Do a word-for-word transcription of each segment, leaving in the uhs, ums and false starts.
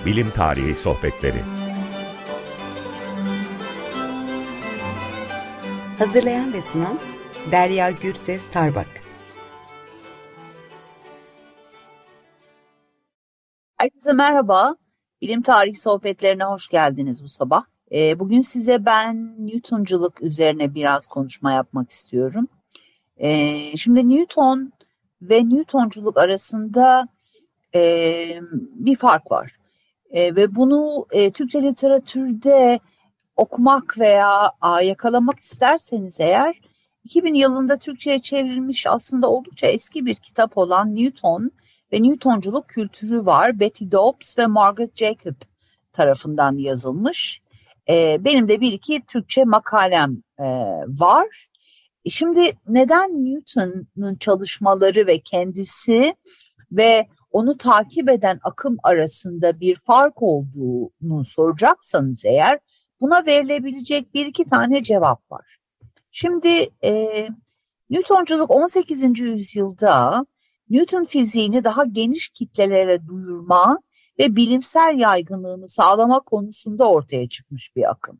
Bilim Tarihi Sohbetleri. Hazırlayan ve sunan Derya Gürses Tarbak. Herkese merhaba. Bilim Tarihi Sohbetlerine hoş geldiniz bu sabah. Bugün size ben Newtonculuk üzerine biraz konuşma yapmak istiyorum. Şimdi Newton ve Newtonculuk arasında bir fark var. Ve bunu Türkçe literatürde okumak veya yakalamak isterseniz eğer iki bin yılında Türkçe'ye çevrilmiş aslında oldukça eski bir kitap olan Newton ve Newtonculuk Kültürü var. Betty Dobbs ve Margaret Jacob tarafından yazılmış. Benim de bir iki Türkçe makalem var. Şimdi neden Newton'un çalışmaları ve kendisi ve onu takip eden akım arasında bir fark olduğunu soracaksanız eğer buna verilebilecek bir iki tane cevap var. Şimdi e, Newtonculuk on sekizinci yüzyılda Newton fiziğini daha geniş kitlelere duyurma ve bilimsel yaygınlığını sağlama konusunda ortaya çıkmış bir akım.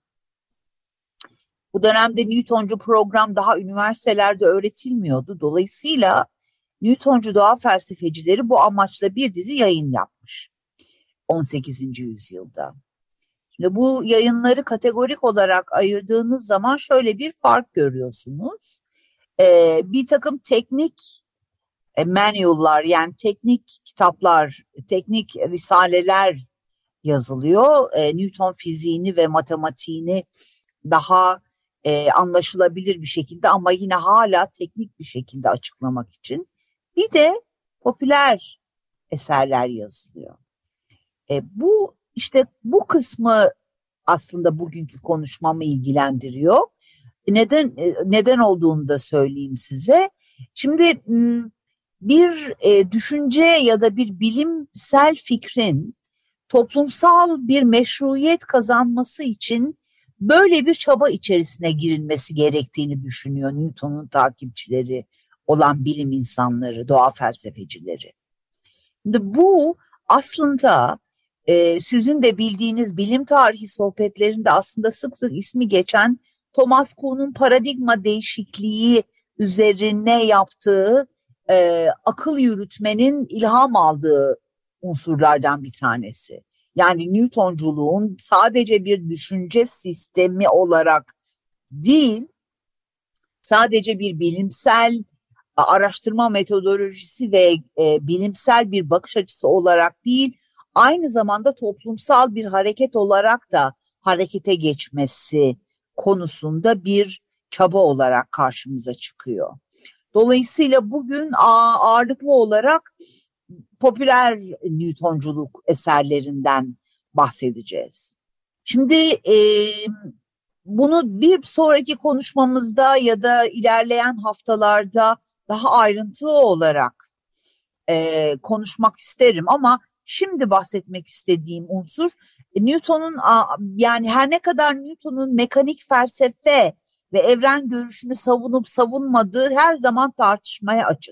Bu dönemde Newtoncu program daha üniversitelerde öğretilmiyordu. Dolayısıyla Newtoncu doğa felsefecileri bu amaçla bir dizi yayın yapmış on sekizinci yüzyılda. Şimdi bu yayınları kategorik olarak ayırdığınız zaman şöyle bir fark görüyorsunuz. Ee, bir takım teknik e, manual'lar yani teknik kitaplar, teknik risaleler yazılıyor. E, Newton fiziğini ve matematiğini daha e, anlaşılabilir bir şekilde ama yine hala teknik bir şekilde açıklamak için. Bir de popüler eserler yazılıyor. E, bu işte bu kısmı aslında bugünkü konuşmamı ilgilendiriyor. Neden neden olduğunu da söyleyeyim size. Şimdi bir e, düşünce ya da bir bilimsel fikrin toplumsal bir meşruiyet kazanması için böyle bir çaba içerisine girilmesi gerektiğini düşünüyor Newton'un takipçileri olan bilim insanları, doğa felsefecileri. Şimdi bu aslında e, sizin de bildiğiniz bilim tarihi sohbetlerinde aslında sık sık ismi geçen Thomas Kuhn'un paradigma değişikliği üzerine yaptığı e, akıl yürütmenin ilham aldığı unsurlardan bir tanesi. Yani Newtonculuğun sadece bir düşünce sistemi olarak değil, sadece bir bilimsel araştırma metodolojisi ve e, bilimsel bir bakış açısı olarak değil, aynı zamanda toplumsal bir hareket olarak da harekete geçmesi konusunda bir çaba olarak karşımıza çıkıyor. Dolayısıyla bugün ağırlıklı olarak popüler Newtonculuk eserlerinden bahsedeceğiz. Şimdi e, bunu bir sonraki konuşmamızda ya da ilerleyen haftalarda daha ayrıntılı olarak e, konuşmak isterim ama şimdi bahsetmek istediğim unsur Newton'un yani her ne kadar Newton'un mekanik felsefe ve evren görüşünü savunup savunmadığı her zaman tartışmaya açık.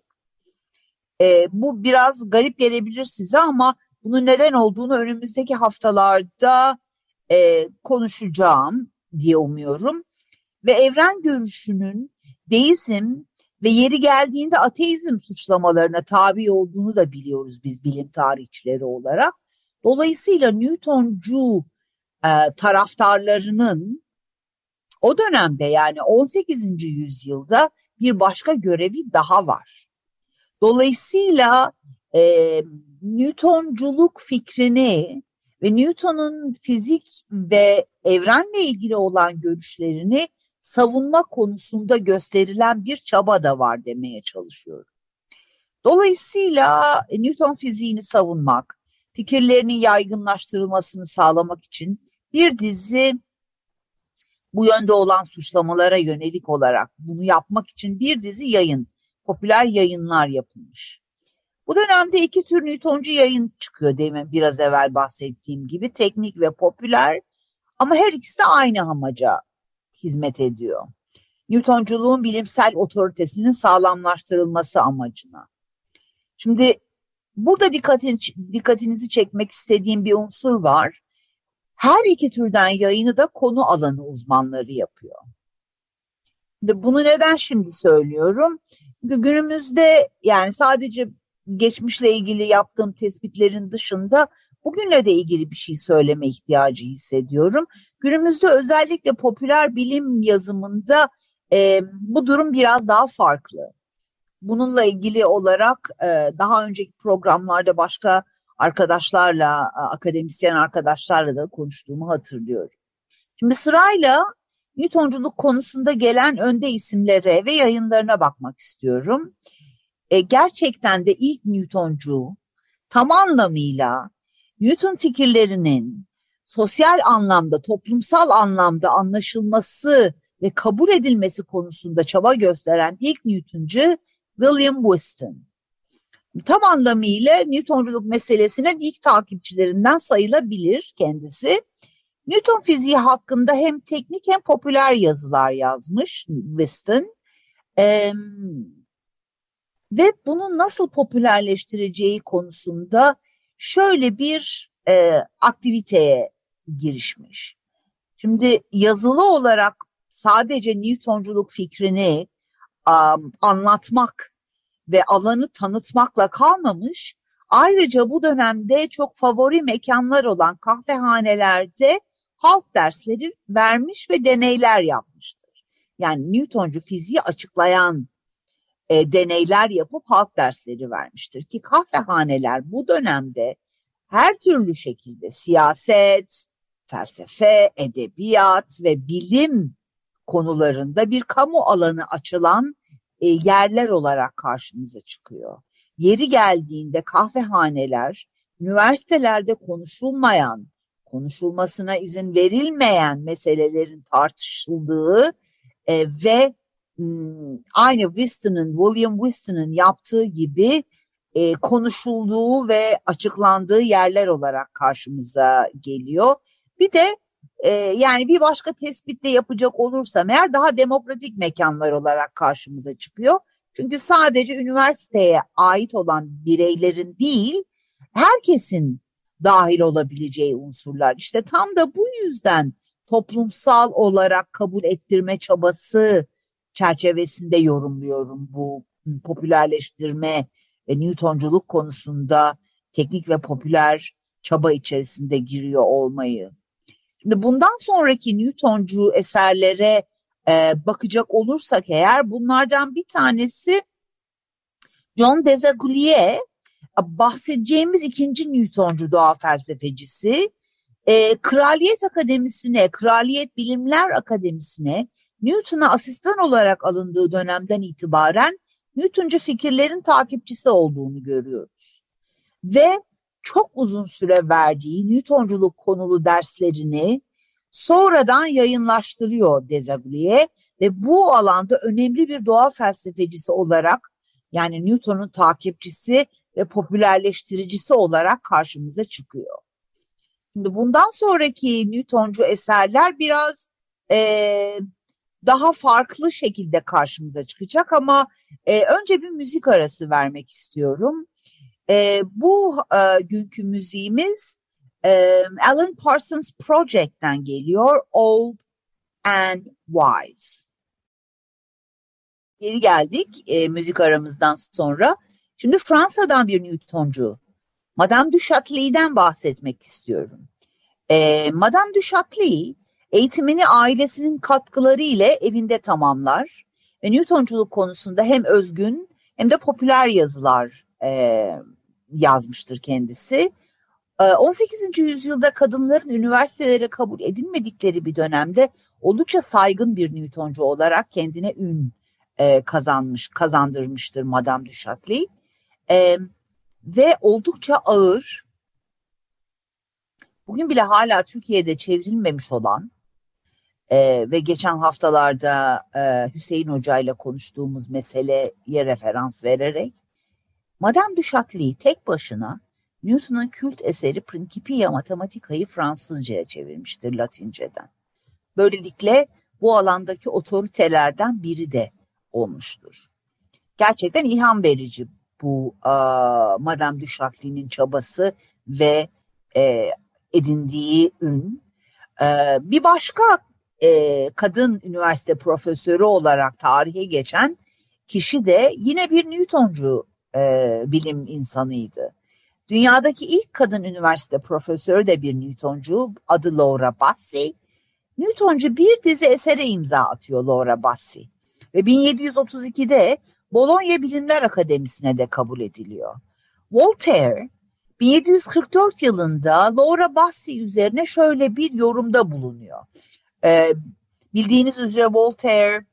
E, bu biraz garip gelebilir size ama bunun neden olduğunu önümüzdeki haftalarda e, konuşacağım diye umuyorum. Ve evren görüşünün deizm ve yeri geldiğinde ateizm suçlamalarına tabi olduğunu da biliyoruz biz bilim tarihçileri olarak. Dolayısıyla Newtoncu e, taraftarlarının o dönemde yani on sekizinci yüzyılda bir başka görevi daha var. Dolayısıyla e, Newtonculuk fikrini ve Newton'un fizik ve evrenle ilgili olan görüşlerini savunma konusunda gösterilen bir çaba da var demeye çalışıyorum. Dolayısıyla Newton fiziğini savunmak, fikirlerinin yaygınlaştırılmasını sağlamak için bir dizi bu yönde olan suçlamalara yönelik olarak bunu yapmak için bir dizi yayın, popüler yayınlar yapılmış. Bu dönemde iki tür Newtoncu yayın çıkıyor demin biraz evvel bahsettiğim gibi teknik ve popüler ama her ikisi de aynı amaca hizmet ediyor. Newtonculuğun bilimsel otoritesinin sağlamlaştırılması amacına. Şimdi Burada dikkatini, dikkatinizi çekmek istediğim bir unsur var. Her iki türden yayını da konu alanı uzmanları yapıyor. Ve bunu neden şimdi söylüyorum? Çünkü günümüzde yani sadece geçmişle ilgili yaptığım tespitlerin dışında bugünle de ilgili bir şey söyleme ihtiyacı hissediyorum. Günümüzde özellikle popüler bilim yazımında e, bu durum biraz daha farklı. Bununla ilgili olarak e, daha önceki programlarda başka arkadaşlarla, akademisyen arkadaşlarla da konuştuğumu hatırlıyorum. Şimdi sırayla Newtonculuk konusunda gelen önde isimlere ve yayınlarına bakmak istiyorum. E, gerçekten de ilk Newtoncu tam anlamıyla Newton fikirlerinin sosyal anlamda, toplumsal anlamda anlaşılması ve kabul edilmesi konusunda çaba gösteren ilk Newtoncu William Whiston. Tam anlamıyla Newtonculuk meselesinin ilk takipçilerinden sayılabilir kendisi. Newton fiziği hakkında hem teknik hem popüler yazılar yazmış Whiston. Ee, ve bunu nasıl popülerleştireceği konusunda şöyle bir e, aktiviteye girişmiş. Şimdi yazılı olarak sadece Newtonculuk fikrini um, anlatmak ve alanı tanıtmakla kalmamış, ayrıca bu dönemde çok favori mekanlar olan kahvehanelerde halk dersleri vermiş ve deneyler yapmıştır. Yani Newtoncu fiziği açıklayan e, deneyler yapıp halk dersleri vermiştir ki kahvehaneler bu dönemde her türlü şekilde siyaset, felsefe, edebiyat ve bilim konularında bir kamu alanı açılan e, yerler olarak karşımıza çıkıyor. Yeri geldiğinde kahvehaneler, üniversitelerde konuşulmayan, konuşulmasına izin verilmeyen meselelerin tartışıldığı e, ve m, aynı Whiston'ın, William Whiston'ın yaptığı gibi e, konuşulduğu ve açıklandığı yerler olarak karşımıza geliyor. Bir de e, yani bir başka tespitte yapacak olursam eğer daha demokratik mekanlar olarak karşımıza çıkıyor. Çünkü sadece üniversiteye ait olan bireylerin değil, herkesin dahil olabileceği unsurlar. İşte tam da bu yüzden toplumsal olarak kabul ettirme çabası çerçevesinde yorumluyorum bu popülerleştirme ve Newtonculuk konusunda teknik ve popüler çaba içerisinde giriyor olmayı. Şimdi bundan sonraki Newtoncu eserlere e, bakacak olursak eğer bunlardan bir tanesi John Desaguliers, bahsedeceğimiz ikinci Newtoncu doğa felsefecisi. E, Kraliyet Akademisi'ne, Kraliyet Bilimler Akademisi'ne Newton'a asistan olarak alındığı dönemden itibaren Newtoncu fikirlerin takipçisi olduğunu görüyoruz. Ve çok uzun süre verdiği Newtonculuk konulu derslerini sonradan yayınlaştırıyor Desaguliers ve bu alanda önemli bir doğa felsefecisi olarak, yani Newton'un takipçisi ve popülerleştiricisi olarak karşımıza çıkıyor. Şimdi bundan sonraki Newtoncu eserler biraz e, daha farklı şekilde karşımıza çıkacak ama e, önce bir müzik arası vermek istiyorum. E, bu e, günkü müziğimiz e, Alan Parsons Project'ten geliyor, Old and Wise. Geri geldik e, müzik aramızdan sonra. Şimdi Fransa'dan bir Newtoncu, Madame du Châtelet'den bahsetmek istiyorum. E, Madame du Châtelet eğitimini ailesinin katkıları ile evinde tamamlar ve Newtonculuk konusunda hem özgün hem de popüler yazılar e, yazmıştır kendisi. E, on sekizinci yüzyılda kadınların üniversitelere kabul edilmedikleri bir dönemde oldukça saygın bir Newtoncu olarak kendine ün e, kazanmış, kazandırmıştır Madame du Châtelet. E, ve oldukça ağır, bugün bile hala Türkiye'de çevrilmemiş olan e, ve geçen haftalarda e, Hüseyin Hoca ile konuştuğumuz meseleye referans vererek Madame du Châtelet'i tek başına Newton'un kült eseri Principia Mathematica'yı Fransızca'ya çevirmiştir Latinceden. Böylelikle bu alandaki otoritelerden biri de olmuştur. Gerçekten ilham verici bu e, Madame du Châtelet's çabası ve e, edindiği ün. E, bir başka e, kadın üniversite profesörü olarak tarihe geçen kişi de yine bir Newtoncu e, bilim insanıydı. Dünyadaki ilk kadın üniversite profesörü de bir Newtoncu, adı Laura Bassi. Newtoncu bir dizi esere imza atıyor Laura Bassi ve bin yedi yüz otuz ikide Bologna Bilimler Akademisi'ne de kabul ediliyor. Voltaire bin yedi yüz kırk dört yılında Laura Bassi üzerine şöyle bir yorumda bulunuyor. Ee, bildiğiniz üzere Voltaire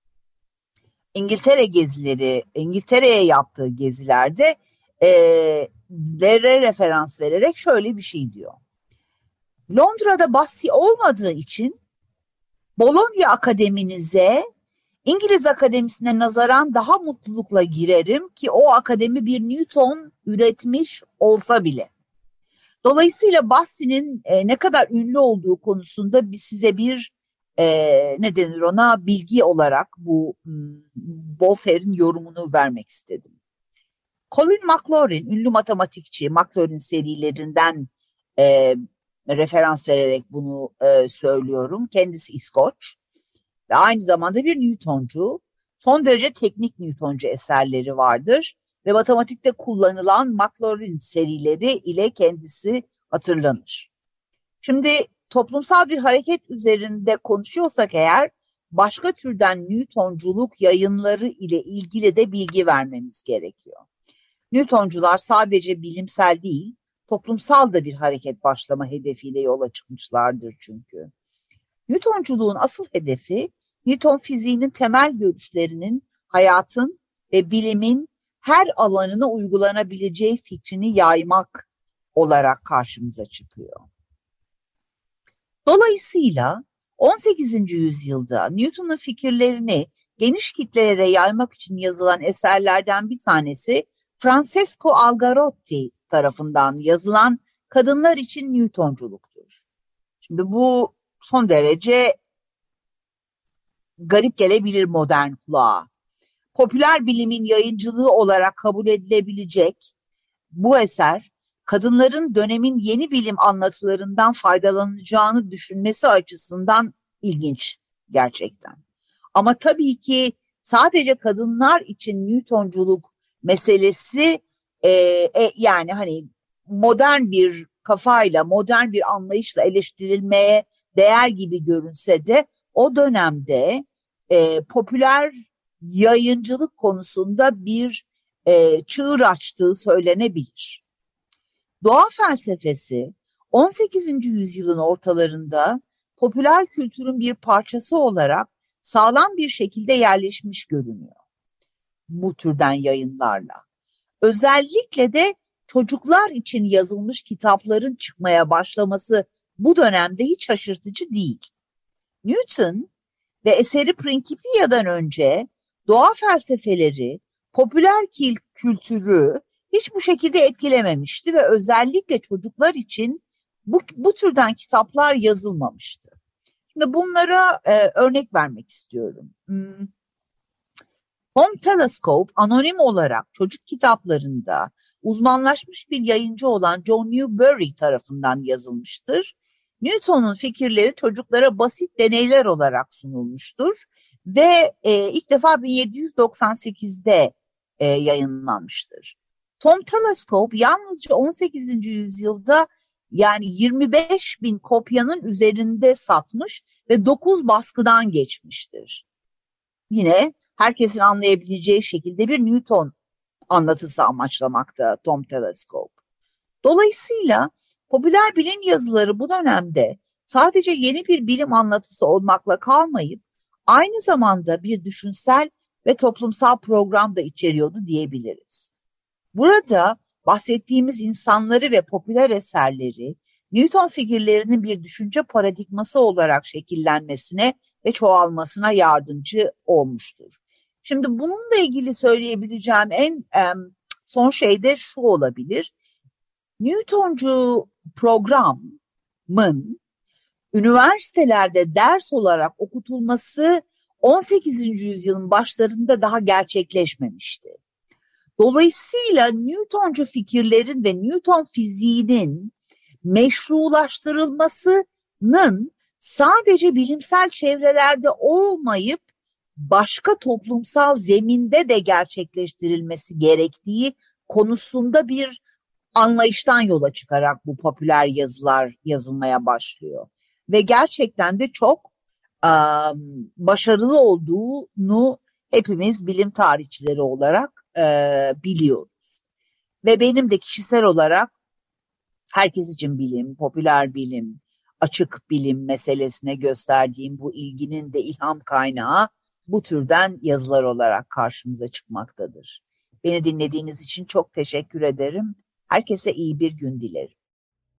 İngiltere gezileri, İngiltere'ye yaptığı gezilerde e, lere referans vererek şöyle bir şey diyor. Londra'da Bassi olmadığı için Bologna Akademinize, İngiliz Akademisi'ne nazaran daha mutlulukla girerim ki o akademi bir Newton üretmiş olsa bile. Dolayısıyla Bassi'nin e, ne kadar ünlü olduğu konusunda bir, size bir e, ne denir ona bilgi olarak bu hmm, Voltaire'in yorumunu vermek istedim. Colin Maclaurin, ünlü matematikçi, Maclaurin serilerinden e, referans vererek bunu e, söylüyorum. Kendisi İskoç ve aynı zamanda bir Newtoncu. Son derece teknik Newtoncu eserleri vardır ve matematikte kullanılan Maclaurin serileri ile kendisi hatırlanır. Şimdi toplumsal bir hareket üzerinde konuşuyorsak eğer, başka türden Newtonculuk yayınları ile ilgili de bilgi vermemiz gerekiyor. Newtoncular sadece bilimsel değil, toplumsal da bir hareket başlama hedefiyle yola çıkmışlardır çünkü. Newtonculuğun asıl hedefi, Newton fiziğinin temel görüşlerinin hayatın ve bilimin her alanına uygulanabileceği fikrini yaymak olarak karşımıza çıkıyor. Dolayısıyla on sekizinci yüzyılda Newton'un fikirlerini geniş kitlelere yaymak için yazılan eserlerden bir tanesi Francesco Algarotti tarafından yazılan Kadınlar için Newtonculuktur. Şimdi bu son derece garip gelebilir modern kulağa. Popüler bilimin yayıncılığı olarak kabul edilebilecek bu eser, kadınların dönemin yeni bilim anlatılarından faydalanacağını düşünmesi açısından ilginç gerçekten. Ama tabii ki sadece kadınlar için Newtonculuk meselesi e, e, yani hani modern bir kafayla, modern bir anlayışla eleştirilmeye değer gibi görünse de o dönemde e, popüler yayıncılık konusunda bir e, çığır açtığı söylenebilir. Doğa felsefesi on sekizinci yüzyılın ortalarında popüler kültürün bir parçası olarak sağlam bir şekilde yerleşmiş görünüyor bu türden yayınlarla. Özellikle de çocuklar için yazılmış kitapların çıkmaya başlaması bu dönemde hiç şaşırtıcı değil. Newton ve eseri Principia'dan önce doğa felsefeleri popüler kültürü hiç bu şekilde etkilememişti ve özellikle çocuklar için bu, bu türden kitaplar yazılmamıştı. Şimdi bunlara e, örnek vermek istiyorum. Hmm. Home Telescope anonim olarak çocuk kitaplarında uzmanlaşmış bir yayıncı olan John Newbery tarafından yazılmıştır. Newton'un fikirleri çocuklara basit deneyler olarak sunulmuştur ve e, ilk defa bin yedi yüz doksan sekizde e, yayınlanmıştır. Home Telescope yalnızca on sekizinci yüzyılda yani yirmi beş bin kopyanın üzerinde satmış ve dokuz baskıdan geçmiştir. Yine herkesin anlayabileceği şekilde bir Newton anlatısı amaçlamakta Home Telescope. Dolayısıyla popüler bilim yazıları bu dönemde sadece yeni bir bilim anlatısı olmakla kalmayıp aynı zamanda bir düşünsel ve toplumsal program da içeriyordu diyebiliriz. Burada bahsettiğimiz insanları ve popüler eserleri Newton figürlerinin bir düşünce paradigması olarak şekillenmesine ve çoğalmasına yardımcı olmuştur. Şimdi bununla ilgili söyleyebileceğim en em, son şey de şu olabilir. Newtoncu programın üniversitelerde ders olarak okutulması on sekizinci yüzyılın başlarında daha gerçekleşmemişti. Dolayısıyla Newtoncu fikirlerin ve Newton fiziğinin meşrulaştırılmasının sadece bilimsel çevrelerde olmayıp başka toplumsal zeminde de gerçekleştirilmesi gerektiği konusunda bir anlayıştan yola çıkarak bu popüler yazılar yazılmaya başlıyor. Ve gerçekten de çok um, başarılı olduğunu hepimiz bilim tarihçileri olarak e, biliyoruz. Ve benim de kişisel olarak herkes için bilim, popüler bilim, açık bilim meselesine gösterdiğim bu ilginin de ilham kaynağı bu türden yazılar olarak karşımıza çıkmaktadır. Beni dinlediğiniz için çok teşekkür ederim. Herkese iyi bir gün dilerim.